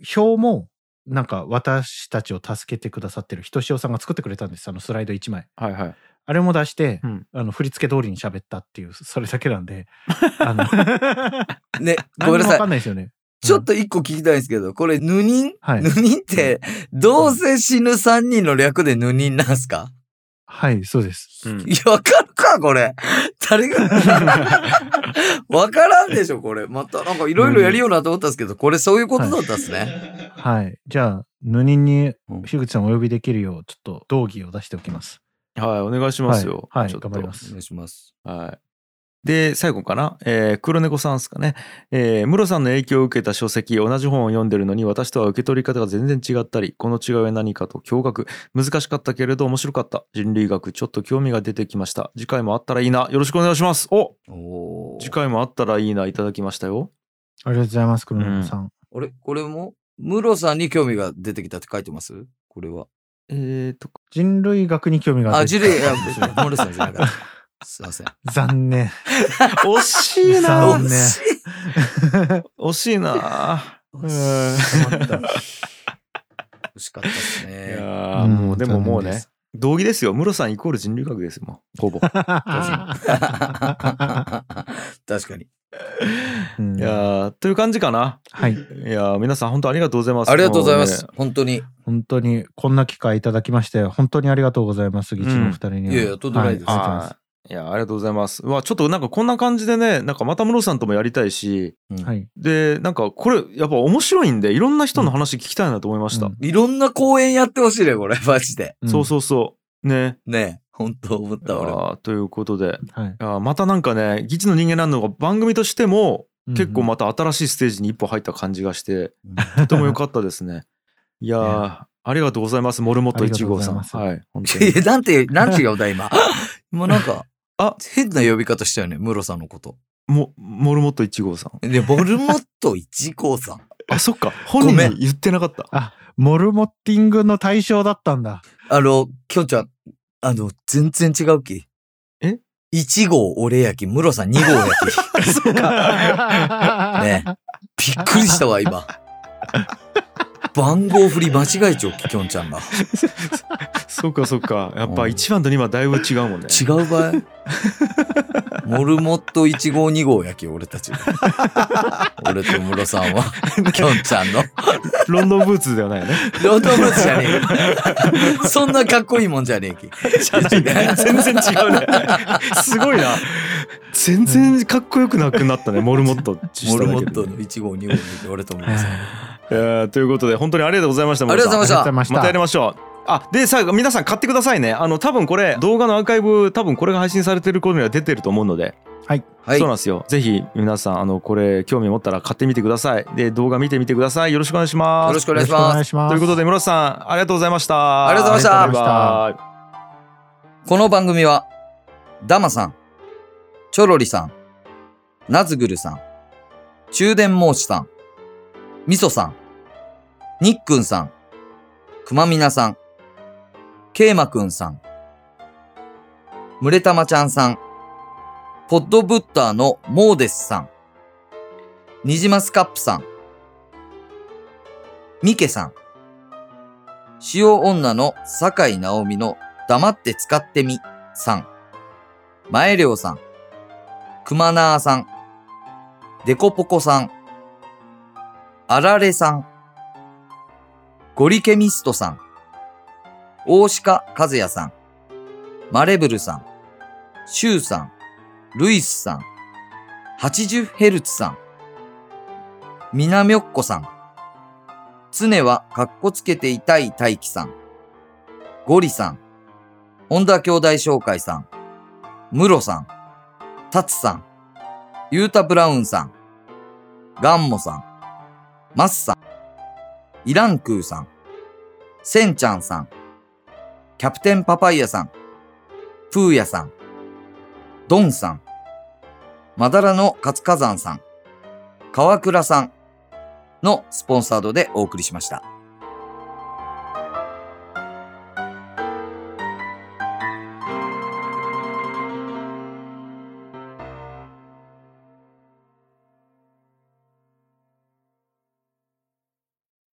表も、なんか、私たちを助けてくださってる、ひとしおさんが作ってくれたんです。あの、スライドいちまい。 はいはい。 あれも出して、 うん、 あの、振り付け通りに喋ったっていう、それだけなんで。あのね、ごめんなさい。 わかんないですよね。 ちょっと一個聞きたいんですけど、これ、ヌニン、 はい、 ヌニンって、どうせ死ぬさんにんの略でヌニンなんすか？ はい、そうです。 うん、いや、わかるかこれ。誰がわからんでしょこれ。また、なんかいろいろやりようなと思ったんですけど、これそういうことだったんですね。 はい。はい、じゃあ、ヌニンに、樋口さんお呼びできるよう、ちょっと道義を出しておきます。 はい、お願いしますよ。 はい、はい、頑張ります。 お願いします。 はい。で、最後かな。えー、黒猫さんですかね。えー、ムロさんの影響を受けた書籍、同じ本を読んでるのに、私とは受け取り方が全然違ったり、この違いは何かと驚愕。難しかったけれど面白かった。人類学、ちょっと興味が出てきました。次回もあったらいいな。よろしくお願いします。おお次回もあったらいいな、いただきましたよ。 ありがとうございます、黒猫さん。 うん、あれこれもムロさんに興味が出てきたって書いてますこれは。 えーと。 人類学に興味が出てきた。 あ、人類、いや、ムロさんじゃなかった。すいません。 残念。 惜しいな。 残念。 惜しいな。 惜しかったですね。 いやもうでももうね、道義ですよ。ムロさんイコール人類学ですよ。もうほぼ。確かに。 いやという感じかな。 はい。 いや皆さん本当ありがとうございます。 ありがとうございます。本当に。 本当にこんな機会いただきまして本当にありがとうございます。ギチのお二人には。 いやいやとんでもないです。 いやありがとうございます。わちょっとなんかこんな感じでね、なんかまたムロさんともやりたいし、 うん、 でなんかこれやっぱ面白いんでいろんな人の話聞きたいなと思いました。うんうん、いろんな公演やってほしいねこれマジで。 うん、そうそうそうねね本当思った俺は。 ということで、 はい、 あまたなんかねギチの人間ランドが番組としても結構また新しいステージに一歩入った感じがして、うんうん、とても良かったですね。いやーありがとうございますモルモットいち号さん。はい本当に。 なんてなんて呼んだ今。もうなんか。あ、変な呼び方したよね、ムロさんのこと。 も、モルモットいち号さん。 で、モルモットいち号さん。 あ、そっか。本人に言ってなかった。 あ、モルモッティングの対象だったんだ。 あの、きょんちゃん、あの、全然違うき。 え ? いち 号俺やき、ムロさんに号やき。そっか。ねびっくりしたわ、今。番号振り間違えちゃうき、きょんちゃんが。 そっかそっか。やっぱいちばんとにばんだいぶ違うもんね。 違うばい。モルモットいち号に号やき、俺たち。俺とムロさんは、きょんちゃんの。 ロンドンブーツではないよね。 ロンドンブーツじゃねえ。そんなかっこいいもんじゃねえき。 じゃないね。全然違うね。すごいな。全然かっこよくなくなったね、モルモット。 モルモットのいち号に号で俺とムロさん。 えー、ということで本当にありがとうございました。 ありがとうございました。 またやりましょう。 あ、で、さ、皆さん買ってくださいね。あの、多分これ、動画のアーカイブ、多分これが配信されてる頃には出てると思うので。 はい。 そうなんですよ。ぜひ、皆さん、あの、これ、興味持ったら買ってみてください。で、動画見てみてください。よろしくお願いします。 よろしくお願いします。 ということで、室瀬さん、ありがとうございました。 ありがとうございました。 バイバイ。この番組は、ダマさん、チョロリさん、ナズグルさん、中電申しさん、ミソさん、ニックンさん、くまみなさん、ケイマくんさん、ムレタマちゃんさん、ポッドブッターのモーデスさん、ニジマスカップさん、ミケさん、塩女の酒井直美の黙って使ってみさん、前涼さん、くまなーさん、デコポコさん、あられさん、ゴリケミストさん、大鹿和也さん、マレブルさん、シュウさん、ルイスさん、はちじゅうヘルツさん、みなみょっこさん、常はかっこつけていたい大輝さん、ゴリさん、本田兄弟紹介さん、ムロさん、タツさん、ユータブラウンさん、ガンモさん、マスさん、イランクーさん、センちゃんさん、キャプテンパパイヤさん、プーヤさん、ドンさん、マダラの活火山さん、川倉さんのスポンサードでお送りしました。